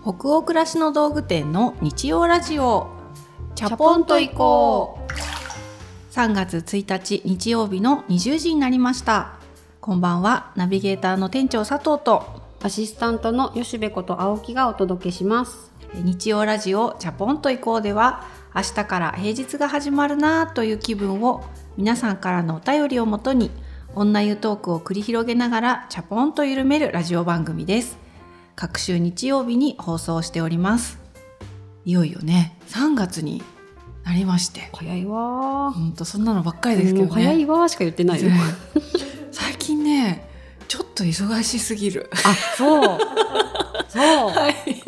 北欧暮らしの道具店の日曜ラジオ、チャポンと行こう。3月1日日曜日の20時になりました。こんばんは。ナビゲーターの店長佐藤とアシスタントの吉部こと青木がお届けします。 日曜ラジオチャポンと行こうでは、明日から平日が始まるなという気分を皆さんからのお便りをもとに女湯トークを繰り広げながらチャポンと緩めるラジオ番組です。各週日曜日に放送しております。いよいよね3月になりまして、 早いわ。 ほんとそんなのばっかりですけどね。 早いわしか言ってないよ最近ねちょっと忙しすぎる。 あ、そうそう、 はい、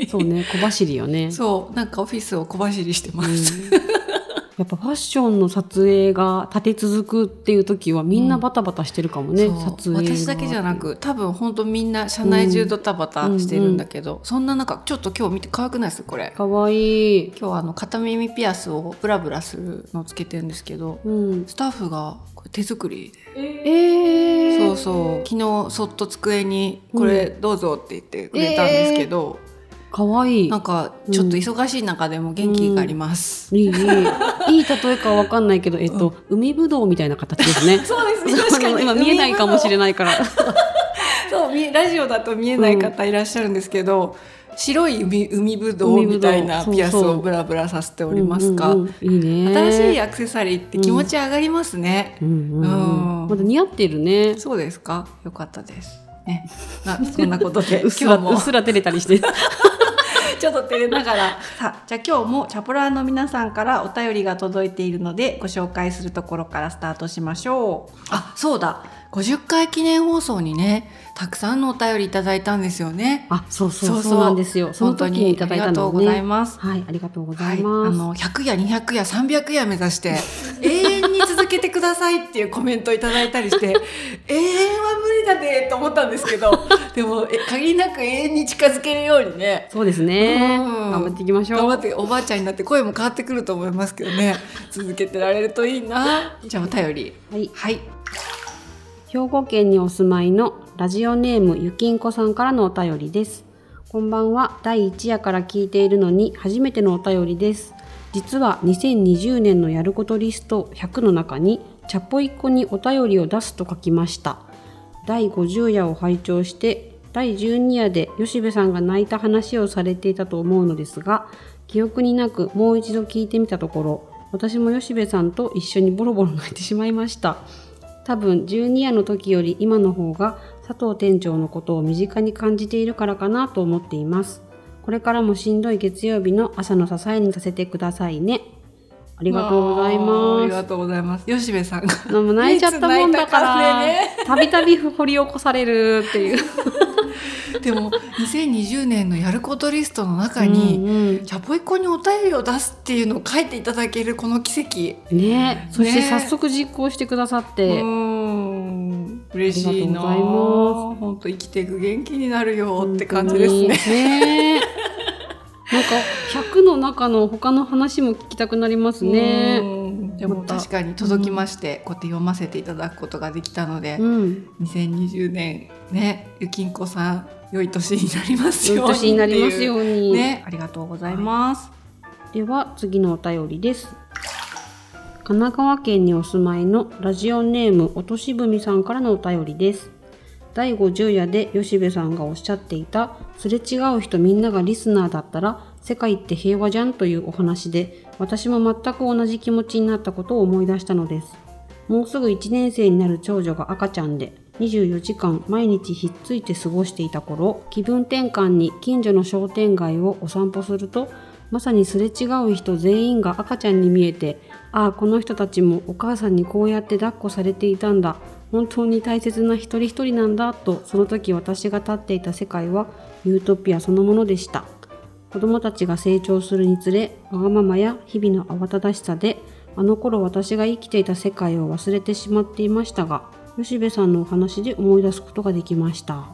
そうね、小走りよね。 そうなんかオフィスを小走りしてます、 やっぱファッションの撮影が立て続くっていう時はみんなバタバタしてるかもね、撮影が。 私だけじゃなく多分本当みんな社内中ドタバタしてるんだけど、そんな中ちょっと今日見て可愛くないですかこれ。 かわいい。 今日片耳ピアスをブラブラするのをつけてるんですけど、スタッフがこれ手作りで、そうそう昨日そっと机にこれどうぞって言ってくれたんですけど、 かわいい。 なんかちょっと忙しい中でも元気があります、 いい例えかわかんないけど、海ぶどうみたいな形ですね。 そうですね、確かに今見えないかもしれないからそうラジオだと見えない方いらっしゃるんですけど、白い海ぶどうみたいなピアスをブラブラさせておりますが、 いいね。 新しいアクセサリーって気持ち上がりますね。 まだ似合ってるね。 そうですか、よかったですね。そんなことでうっすら照れたりしてちょっと照れながらさあ、じゃあ今日もチャポラーの皆さんからお便りが届いているのでご紹介するところからスタートしましょう。あ、そうだ、50回記念放送にねたくさんのお便りいただいたんですよね。 あ、そうなんですよ。その時にいただいたのね。 ありがとうございます。 はい、ありがとうございます。 100夜200夜300夜目指して永遠に続けてくださいっていうコメントいただいたりして永遠は無理だねと思ったんですけどでも限りなく永遠に近づけるようにね。 そうですね、頑張っていきましょう。 頑張って、おばあちゃんになって声も変わってくると思いますけどね続けてられるといいな。じゃあお便り、はい、 兵庫県にお住まいのラジオネームゆきんこさんからのお便りです。こんばんは。第1夜から聞いているのに初めてのお便りです。実は2020年のやることリスト100の中にチャポイコにお便りを出すと書きました。第50夜を拝聴して第12夜で吉部さんが泣いた話をされていたと思うのですが、記憶になくもう一度聞いてみたところ、私も吉部さんと一緒にボロボロ泣いてしまいました。多分12夜の時より今の方が佐藤店長のことを身近に感じているからかなと思っています。これからもしんどい月曜日の朝の支えにさせてくださいね。ありがとうございます。 ありがとうございます。吉部さんが泣いちゃったもんだからたびたび掘り起こされるっていうでも2020年のやることリストの中に、チャポイコにお便りを出すっていうのを書いていただけるこの奇跡ね。そして早速実行してくださって、 嬉しいな。本当生きていく元気になるよって感じですね。 なんか100の中の他の話も聞きたくなりますね。 でも確かに届きまして、こうやって読ませていただくことができたので、2020年ね、ゆきんこさん良い年になりますように。良い年になりますようにね。ありがとうございます。 では次のお便りです。神奈川県にお住まいのラジオネームおとしぶみさんからのお便りです。第50夜で吉部さんがおっしゃっていたすれ違う人みんながリスナーだったら世界って平和じゃんというお話で、私も全く同じ気持ちになったことを思い出したのです。もうすぐ1年生になる長女が赤ちゃんで24時間毎日ひっついて過ごしていた頃、気分転換に近所の商店街をお散歩すると、まさにすれ違う人全員が赤ちゃんに見えて、ああこの人たちもお母さんにこうやって抱っこされていたんだ、本当に大切な一人一人なんだと、その時私が立っていた世界はユートピアそのものでした。子供たちが成長するにつれ、わがままや日々の慌ただしさで、あの頃私が生きていた世界を忘れてしまっていましたが、吉部さんのお話で思い出すことができました。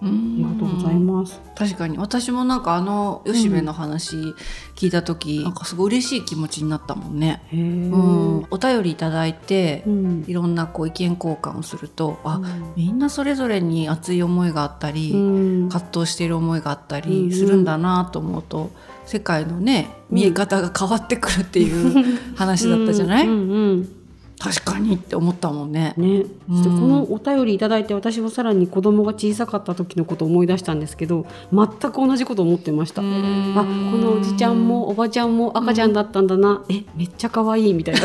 ありがとうございます。 確かに私もなんか吉部の話聞いた時、なんかすごい嬉しい気持ちになったもんね。お便りいただいて、いろんな意見交換をすると、みんなそれぞれに熱い思いがあったり、葛藤している思いがあったりするんだなと思うと、世界のね見え方が変わってくるっていう話だったじゃない？確かにって思ったもんね。 そしてこのお便りいただいて、私もさらに子供が小さかった時のことを思い出したんですけど、全く同じことを思ってました。このおじちゃんもおばちゃんも赤ちゃんだったんだな、めっちゃ可愛いみたいな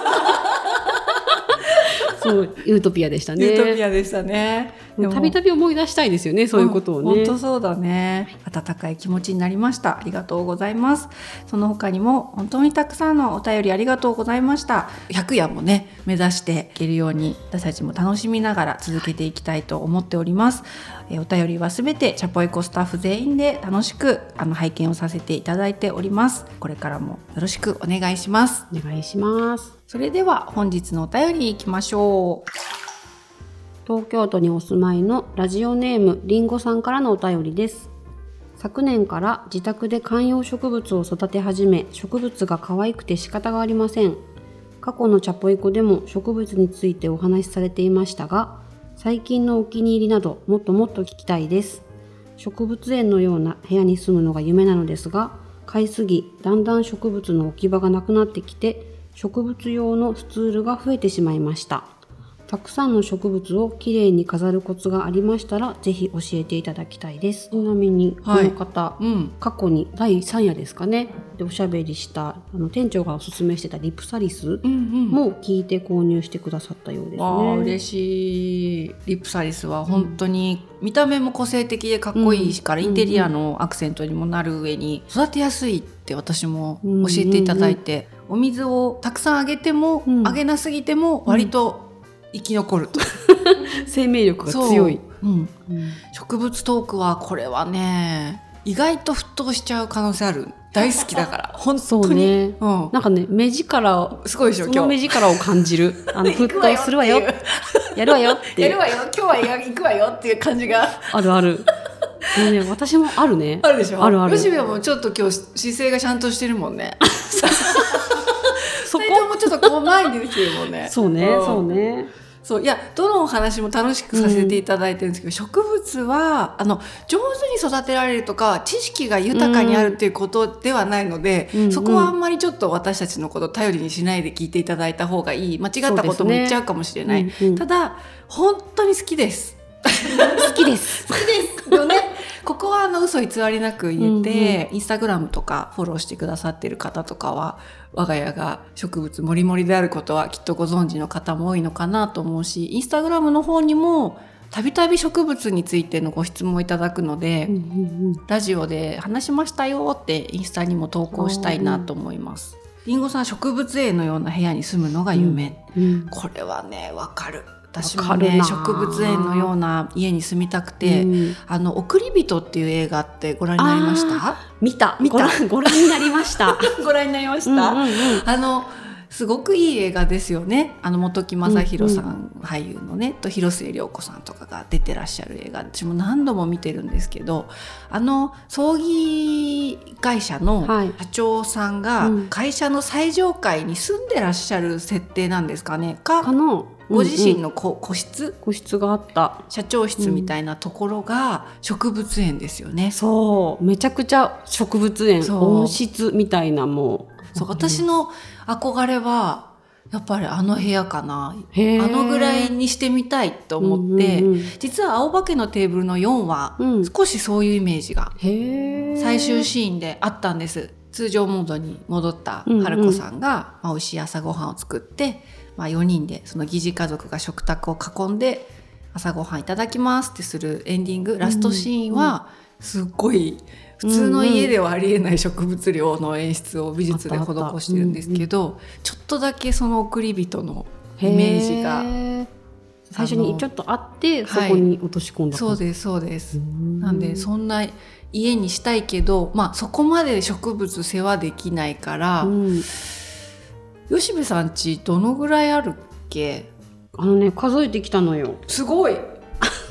そうユートピアでしたね。 ユートピアでしたね。 たびたび思い出したいですよね、そういうことをね。 本当そうだね。温かい気持ちになりました。ありがとうございます。その他にも本当にたくさんのお便りありがとうございました。100夜もね目指していけるように、私たちも楽しみながら続けていきたいと思っております。お便りはすべてチャポエコスタッフ全員で楽しく拝見をさせていただいております。これからもよろしくお願いします。 お願いします。 それでは本日のお便りいきましょう。 東京都にお住まいのラジオネームりんごさんからのお便りです。昨年から自宅で観葉植物を育て始め、植物が可愛くて仕方がありません。過去のチャポエコでも植物についてお話しされていましたが、最近のお気に入りなどもっともっと聞きたいです。植物園のような部屋に住むのが夢なのですが、買いすぎだんだん植物の置き場がなくなってきて、植物用のスツールが増えてしまいました。たくさんの植物をきれいに飾るコツがありましたら、ぜひ教えていただきたいです。ちなみにこの方、過去に第3夜ですかねでおしゃべりした店長がおすすめしてたリプサリスも聞いて購入してくださったようですね。 嬉しい。リプサリスは本当に見た目も個性的でかっこいいしから、インテリアのアクセントにもなる上に育てやすいって私も教えていただいて、お水をたくさんあげても、あげなすぎても割と生き残ると生命力が強い。 植物トークはこれはね意外と沸騰しちゃう可能性ある。大好きだから本当に、 なんかね目力をすごいでしょ。 その目力を感じる沸騰するわよやるわよってやるわよ今日は行くわよっていう感じがあるある私もあるね。 あるでしょ。 あるある。 吉部はもうちょっと今日姿勢がちゃんとしてるもんねそこもちょっと前に出てきてるもんねそうね、そうね。 そういやどのお話も楽しくさせていただいてるんですけど、植物は上手に育てられるとか知識が豊かにあるっていうことではないので、そこはあんまりちょっと私たちのこと頼りにしないで聞いていただいた方がいい。間違ったことも言っちゃうかもしれない、ただ本当に好きです好きです好きですよね。ここは嘘偽りなく言えて、インスタグラムとかフォローしてくださってる方とかは我が家が植物もりもりであることはきっとご存知の方も多いのかなと思うし、インスタグラムの方にもたびたび植物についてのご質問をいただくので、ラジオで話しましたよってインスタにも投稿したいなと思います。りんごさん植物園のような部屋に住むのが夢、これはねわかる。私もね植物園のような家に住みたくて、送り人っていう映画ってご覧になりました？ 見たご覧になりましたご覧になりました、すごくいい映画ですよね。本木雅弘さん、俳優のねと広末涼子さんとかが出てらっしゃる映画、私も何度も見てるんですけど、葬儀会社の社長さんが会社の最上階に住んでらっしゃる設定なんですかねご自身の個室があった社長室みたいなところが植物園ですよね。 そうめちゃくちゃ植物園温室みたいなそう私の憧れはやっぱり部屋かな。ぐらいにしてみたいと思って、実は青化けのテーブルの4話、少しそういうイメージが最終シーンであったんです。通常モードに戻った春子さんが、美味しい朝ごはんを作って、4人でその疑似家族が食卓を囲んで朝ごはんいただきますってするエンディングラストシーンはすっごい普通の家ではありえない植物量の演出を美術で施してるんですけど、ちょっとだけその送り人のイメージが最初にちょっとあってそこに落とし込んだ、 そうですそうです。なんでそんな家にしたいけど、そこまで植物世話できないから、吉部さん家どのぐらいあるっけ？ 数えてきたのよ。 すごい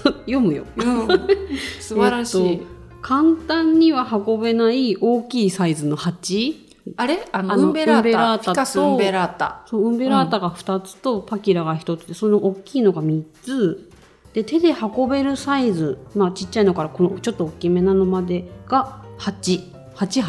読むよ、 素晴らしい、 簡単には運べない大きいサイズの鉢、 あれウンベラータ、フィカスウンベラータ、 そうウンベラータが2つとパキラが1つで、その大きいのが3つで、手で運べるサイズ、ちっちゃいのからこのちょっと大きめなのまでが8ね、 8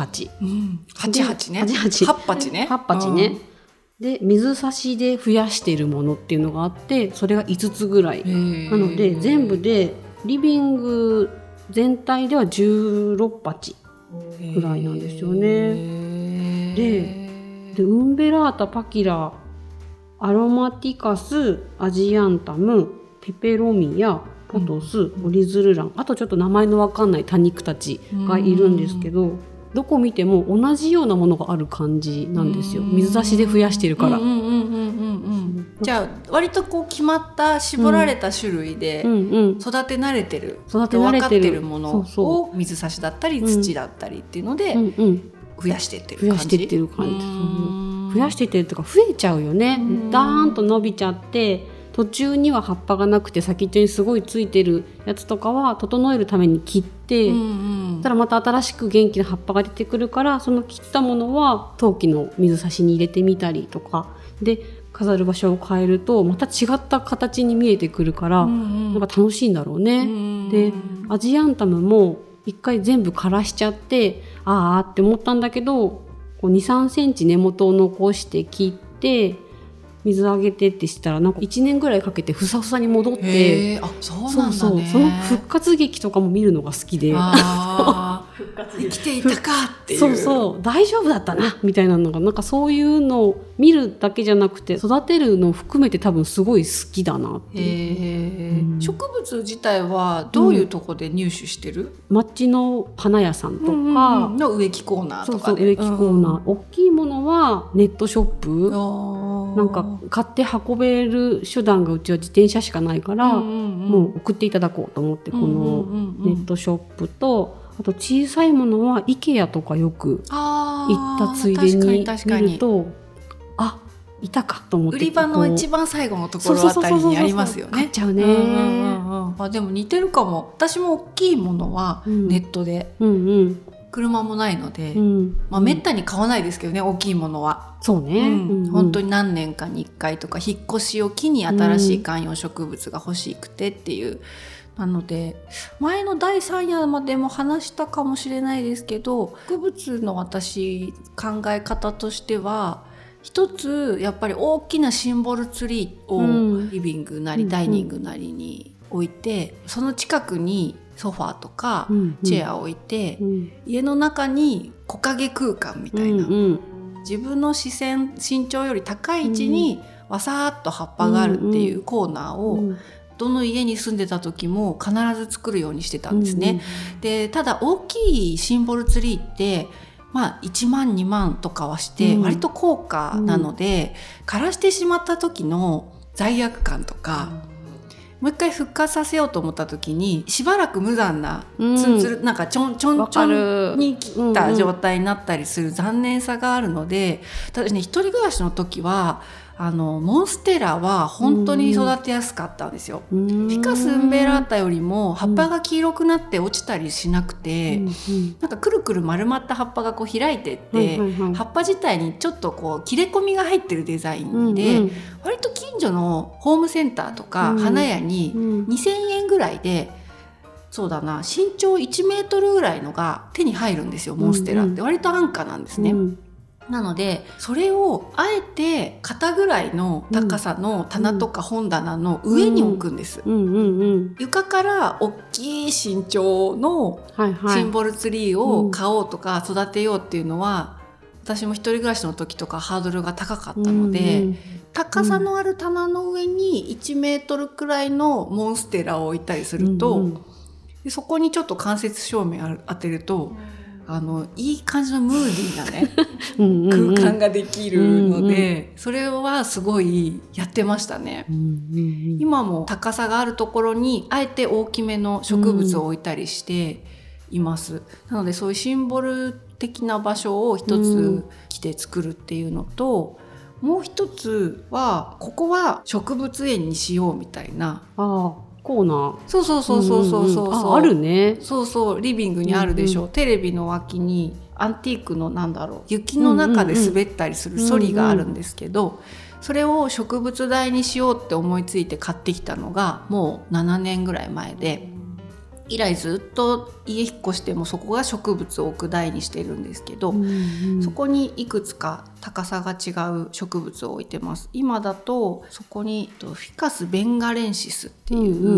鉢ね、 で水差しで増やしているものっていうのがあって、それが5つぐらいなので、全部でリビング全体では16鉢ぐらいなんですよね。でウンベラータ、パキラ、アロマティカス、アジアンタム、ピペロミア、ポトス、オリズルラン、あとちょっと名前のわかんない多肉たちがいるんですけど、どこ見ても同じようなものがある感じなんですよ。水差しで増やしてるから。 じゃあ割とこう決まった絞られた種類で育て慣れてる、分かってるものを水差しだったり土だったりっていうので増やしていってる感じ。増やしていってる感じ。増やしていってるとか、増えちゃうよね。ダーンと伸びちゃって、途中には葉っぱがなくて先っちょにすごいついてるやつとかは整えるために切って、ただまた新しく元気な葉っぱが出てくるから、その切ったものは陶器の水差しに入れてみたりとかで飾る場所を変えるとまた違った形に見えてくるから、なんか楽しいんだろうね。でアジアンタムも一回全部枯らしちゃって、あーって思ったんだけど、2、3センチ根元を残して切って水あげてってしたら、なんか1年ぐらいかけてふさふさに戻って、そうなんだね。 その復活劇とかも見るのが好きで、 生きていたかっていう、 大丈夫だったなみたいなのが、なんかそういうのを見るだけじゃなくて育てるのを含めて多分すごい好きだなっていう。 植物自体はどういうとこで入手してる？ 町の花屋さんとか、 の植木コーナーとかで。 植木コーナー、大きいものはネットショップ、なんか買って運べる手段がうちは自転車しかないから、もう送っていただこうと思って、このネットショップと、あと小さいものは IKEA とかよく行ったついでに見ると、いたかと思って、 売り場の一番最後のところあたりにありますよね。 買っちゃうね。 でも似てるかも。私も大きいものはネットで、車もないので、めったに買わないですけどね、大きいものは。 そうね、 本当に何年かに1回とか、引っ越しを機に新しい観葉植物が欲しくてっていう、なので前の第3夜までも話したかもしれないですけど、植物の私考え方としては、一つやっぱり大きなシンボルツリーをリビングなりダイニングなりに置いて、その近くにソファーとかチェアを置いて、家の中に木陰空間みたいな、自分の身長より高い位置にわさーっと葉っぱがあるっていうコーナーを、どの家に住んでた時も必ず作るようにしてたんですね。でただ大きいシンボルツリーって1万2万とかはして割と高価なので、枯らしてしまった時の罪悪感とか、もう一回復活させようと思った時にしばらく無残なツンツル、なんかちょんちょんちょんに切った状態になったりする残念さがあるので、ただね、一人暮らしの時はモンステラは本当に育てやすかったんですよ。フィカスウンベラータよりも葉っぱが黄色くなって落ちたりしなくて、なんかくるくる丸まった葉っぱがこう開いてって、葉っぱ自体にちょっとこう切れ込みが入ってるデザインで、割と近所のホームセンターとか花屋に2000円ぐらいで、そうだな、身長1メートルぐらいのが手に入るんですよ。モンステラって割と安価なんですね。なのでそれをあえて肩ぐらいの高さの棚とか本棚の上に置くんです。床から大きい身長のシンボルツリーを買おうとか育てようっていうのは、私も一人暮らしの時とかハードルが高かったので、高さのある棚の上に1メートルくらいのモンステラを置いたりすると、でそこにちょっと間接照明当てるといい感じのムーディーなね空間ができるので、それはすごいやってましたね。今も高さがあるところにあえて大きめの植物を置いたりしています。なのでそういうシンボル的な場所を一つ来て作るっていうのと、もう一つはここは植物園にしようみたいなコーナー。 そうそうそうそうそうそう、 あるね。 そうそう、リビングにあるでしょ、テレビの脇にアンティークの雪の中で滑ったりするソリがあるんですけど、それを植物台にしようって思いついて買ってきたのがもう7年ぐらい前で、以来ずっと家引っ越してもそこが植物を置く台にしてるんですけど、そこにいくつか高さが違う植物を置いてます。今だとそこにフィカス・ベンガレンシスっていう、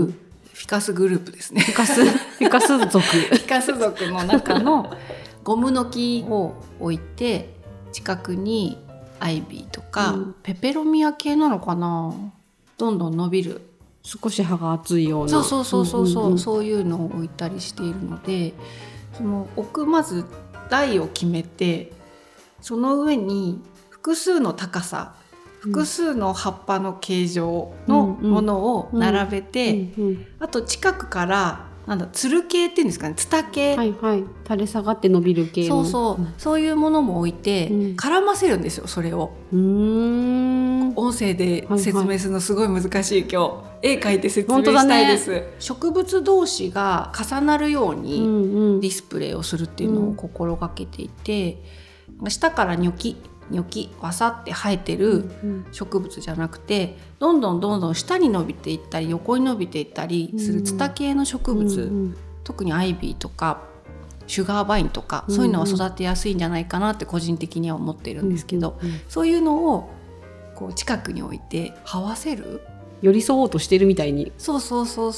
フィカスグループですね。 フィカス族フィカス族の中のゴムの木を置いて、近くにアイビーとか、ペペロミア系なのかな、どんどん伸びる少し葉が厚いような、 そういうのを置いたりしているので、そのまず台を決めて、その上に複数の高さ、複数の葉っぱの形状のものを並べて、あと近くからつる系っていうんですかね、ツタ系、 垂れ下がって伸びる系の、 そういうものも置いて、絡ませるんですよ。それを音声で説明するのすごい難しい。今日絵描いて説明したいです、植物同士が重なるようにディスプレイをするっていうのを心がけていて、下からニョキニョキわさって生えてる植物じゃなくて、どんどん下に伸びていったり横に伸びていったりするツタ系の植物、特にアイビーとかシュガーバインとか、そういうのは育てやすいんじゃないかなって個人的には思っているんですけど、そういうのをこう近くに置いて這わせる、 寄り添おうとしてるみたいに。 そうす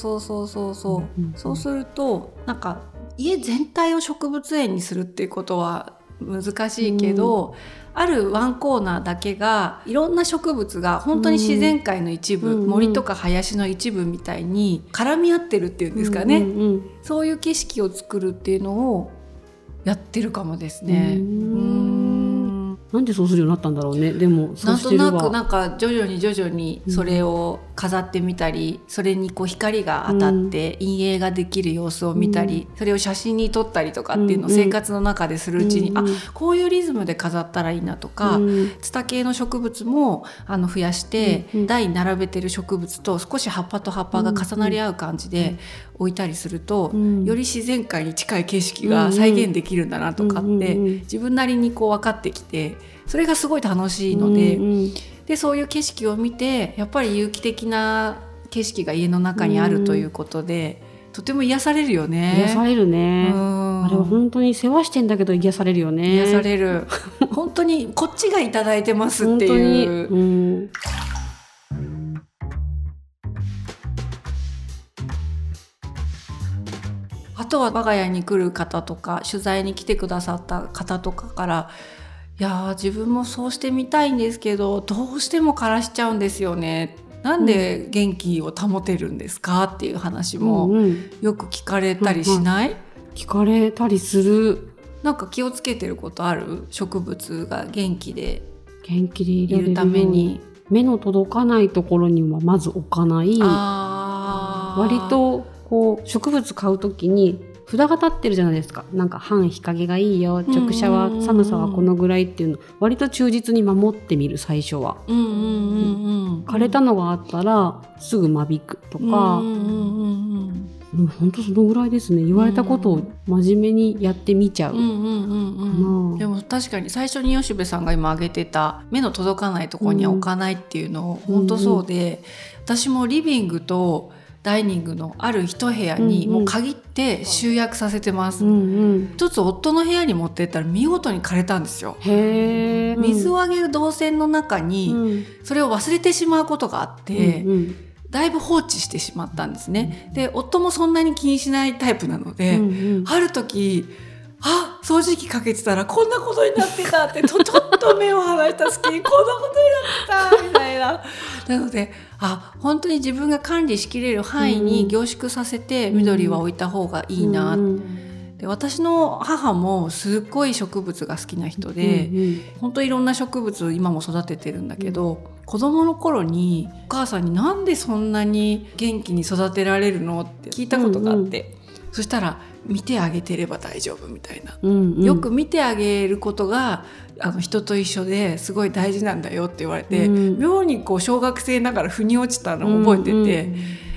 るとなんか家全体を植物園にするっていうことは難しいけど、あるワンコーナーだけがいろんな植物が本当に自然界の一部、森とか林の一部みたいに絡み合ってるっていうんですかね、そういう景色を作るっていうのをやってるかもですね。 なんでそうするようになったんだろうね。でもそうしてるわ。 なんとなくなんか徐々にそれを飾ってみたり、それにこう光が当たって陰影ができる様子を見たり、それを写真に撮ったりとかっていうのを生活の中でするうちに、こういうリズムで飾ったらいいなとか、ツタ系の植物も増やして、台に並べてる植物と少し葉っぱと葉っぱが重なり合う感じで置いたりすると、より自然界に近い景色が再現できるんだなとかって自分なりにこう分かってきて、それがすごい楽しいので、でそういう景色を見てやっぱり有機的な景色が家の中にあるということで、とても癒されるよね。 癒されるね。あれは本当に世話してんだけど癒されるよね。 癒される本当にこっちがいただいてますっていう。あとは我が家に来る方とか取材に来てくださった方とかから、いや自分もそうしてみたいんですけどどうしても枯らしちゃうんですよね、なんで元気を保てるんですかっていう話もよく聞かれたりしない？ 聞かれたりする。 なんか気をつけてることある？植物が元気でいるために。 目の届かないところにはまず置かない。割とこう植物買うときに札が立ってるじゃないですか。なんか半日陰がいいよ、直射は寒さはこのぐらいっていうの割と忠実に守ってみる。最初は枯れたのがあったらすぐ間引くとか、本当そのぐらいですね。言われたことを真面目にやってみちゃう。でも確かに最初に吉部さんが今挙げてた目の届かないところには置かないっていうの本当そうで、私もリビングとダイニングのある一部屋にもう限って集約させてます。一つ夫の部屋に持ってったら見事に枯れたんですよ。水をあげる動線の中にそれを忘れてしまうことがあって、だいぶ放置してしまったんですね。で夫もそんなに気にしないタイプなので、ある時掃除機かけてたらこんなことになってたってちょっと目を離した隙にこんなことになってたみたいな。なので本当に自分が管理しきれる範囲に凝縮させて緑は置いた方がいいな。で私の母もすっごい植物が好きな人で、本当いろんな植物今も育ててるんだけど、子供の頃にお母さんになんでそんなに元気に育てられるのって聞いたことがあって、そしたら見てあげてれば大丈夫みたいな、よく見てあげることが人と一緒ですごい大事なんだよって言われて、妙にこう小学生ながら腑に落ちたのを覚えてて、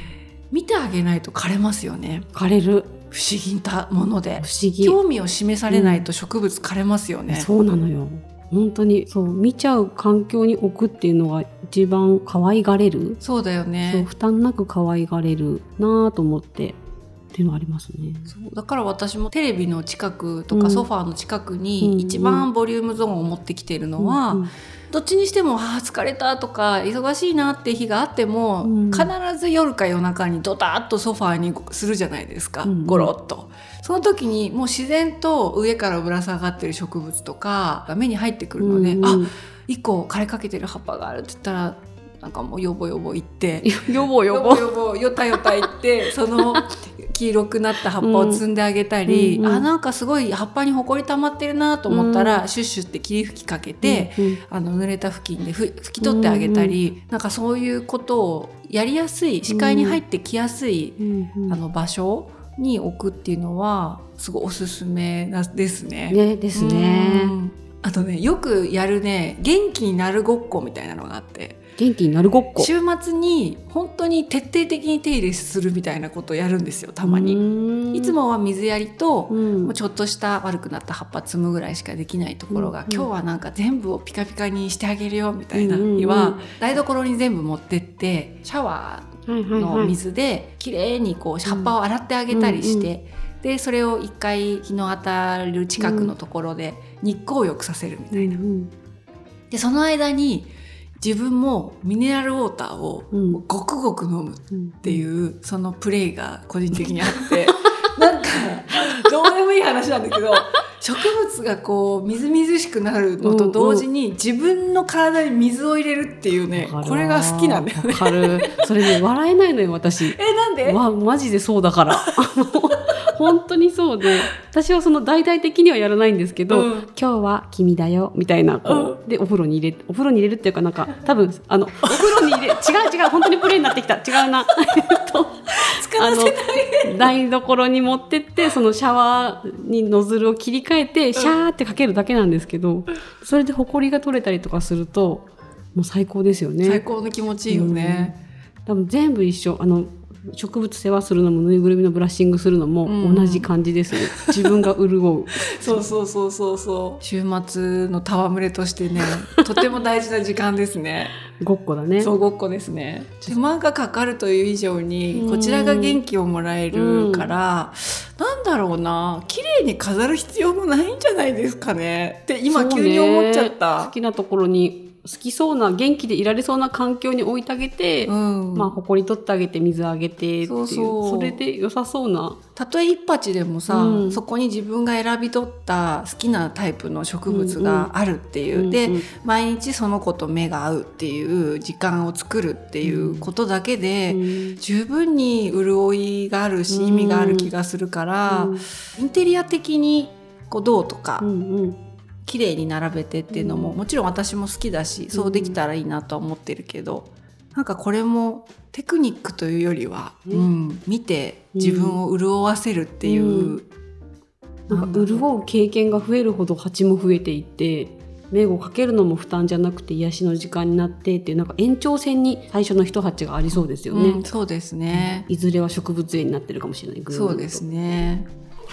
見てあげないと枯れますよね。 枯れる。 不思議なもので、 不思議。 興味を示されないと植物枯れますよね。 そうなのよ。本当にそう、見ちゃう環境に置くっていうのが一番可愛がれる。 そうだよね。 そう、負担なく可愛がれるなと思ってっていうのがありますね。 そうだから私もテレビの近くとかソファーの近くに一番ボリュームゾーンを持ってきているのは、どっちにしても疲れたとか忙しいなって日があっても、必ず夜か夜中にドタッとソファーにするじゃないですか、ゴロッと。その時にもう自然と上からぶら下がってる植物とかが目に入ってくるので、一個枯れかけてる葉っぱがあるって言ったらなんかもうヨボヨボいってヨボヨボヨタヨタいってその黄色くなった葉っぱを摘んであげたり、なんかすごい葉っぱにほこり溜まってるなと思ったら、シュッシュって霧吹きかけて、濡れた布巾で拭き取ってあげたり、なんかそういうことをやりやすい、視界に入ってきやすい、場所に置くっていうのはすごいおすすめですね。 ですね。 あとね、よくやるね、元気になるごっこみたいなのがあって、 元気になるごっこ、 週末に本当に徹底的に手入れするみたいなことをやるんですよ、たまに。いつもは水やりと、もうちょっとした悪くなった葉っぱ摘むぐらいしかできないところが、今日はなんか全部をピカピカにしてあげるよみたいな日は、台所に全部持ってってシャワーの水できれいにこう葉っぱを洗ってあげたりして、でそれを一回日の当たる近くのところで日光浴させるみたいな。でその間に自分もミネラルウォーターをごくごく飲むっていうそのプレイが個人的にあってなんかどうでもいい話なんだけど、植物がこうみずみずしくなるのと同時に自分の体に水を入れるっていうね、これが好きなんだよね。 わかる。それね、笑えないのよ私。 なんで？ マジでそうだから本当にそうで、私はその大々的にはやらないんですけど、今日は君だよみたいなでお風呂に入れるっていうか、なんか多分お風呂に入れ違う本当にプレイになってきた、違うな台所に持ってってそのシャワーにノズルを切り替えてシャーってかけるだけなんですけど、それでホコリが取れたりとかするともう最高ですよね。 最高の気持ちいいよね。 多分全部一緒。植物世話するのもぬいぐるみのブラッシングするのも同じ感じですね。自分が潤うそう週末の戯れとしてねとても大事な時間ですね。 ごっこだね。 そうごっこですね。手間がかかるという以上にこちらが元気をもらえるから、なんだろうな、綺麗に飾る必要もないんじゃないですかねって今急に思っちゃった。 好きなところに好きそうな、元気でいられそうな環境に置いてあげて、ほこり取ってあげて水あげてっていう、それで良さそうな。 たとえ一鉢でもさ、そこに自分が選び取った好きなタイプの植物があるっていう、で毎日その子と目が合うっていう時間を作るっていうことだけで、十分に潤いがあるし、意味がある気がするから、インテリア的にこうどうとか、綺麗に並べてっていうのももちろん私も好きだし、そうできたらいいなとは思ってるけど、なんかこれもテクニックというよりは、見て自分を潤わせるっていう、 なんか潤う経験が増えるほど蜂も増えていって、メゴかけるのも負担じゃなくて癒しの時間になってっていう、なんか延長線に最初の一鉢がありそうですよね。 そうですね。 いずれは植物園になってるかもしれない。 そうですね。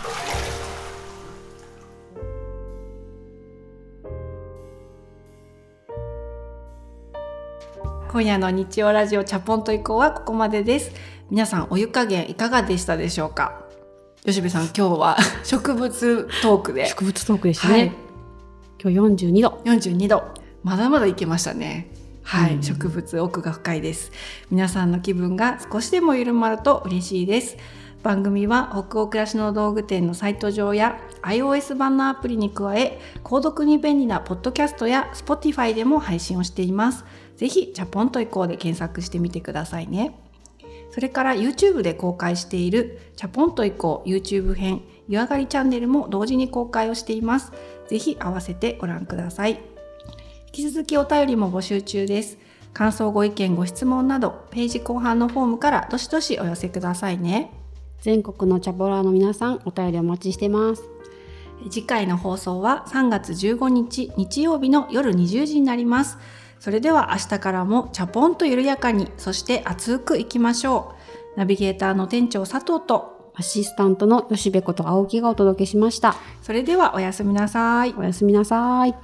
今夜の日曜ラジオチャポンと以降はここまでです。皆さんお湯加減いかがでしたでしょうか。吉部さん、今日は植物トークで植物トークでしたね、今日42度、 まだまだいけましたね。植物奥が深いです。皆さんの気分が少しでも緩まると嬉しいです。番組は北欧暮らしの道具店のサイト上や iOS 版のアプリに加え、購読に便利なポッドキャストや Spotify でも配信をしています。ぜひチャポンと以降で検索してみてくださいね。それから YouTube で公開しているチャポンと以降 YouTube 編湯上がりチャンネルも同時に公開をしています。ぜひ合わせてご覧ください。引き続きお便りも募集中です。感想、ご意見、ご質問などページ後半のフォームからどしどしお寄せくださいね。 全国のチャポラーの皆さん、お便りお待ちしてます。 次回の放送は3月15日日曜日の夜20時になります。それでは明日からもチャポンと緩やかに、そして熱くいきましょう。 ナビゲーターの店長佐藤とアシスタントの吉部こと青木がお届けしました。 それではおやすみなさい。 おやすみなさい。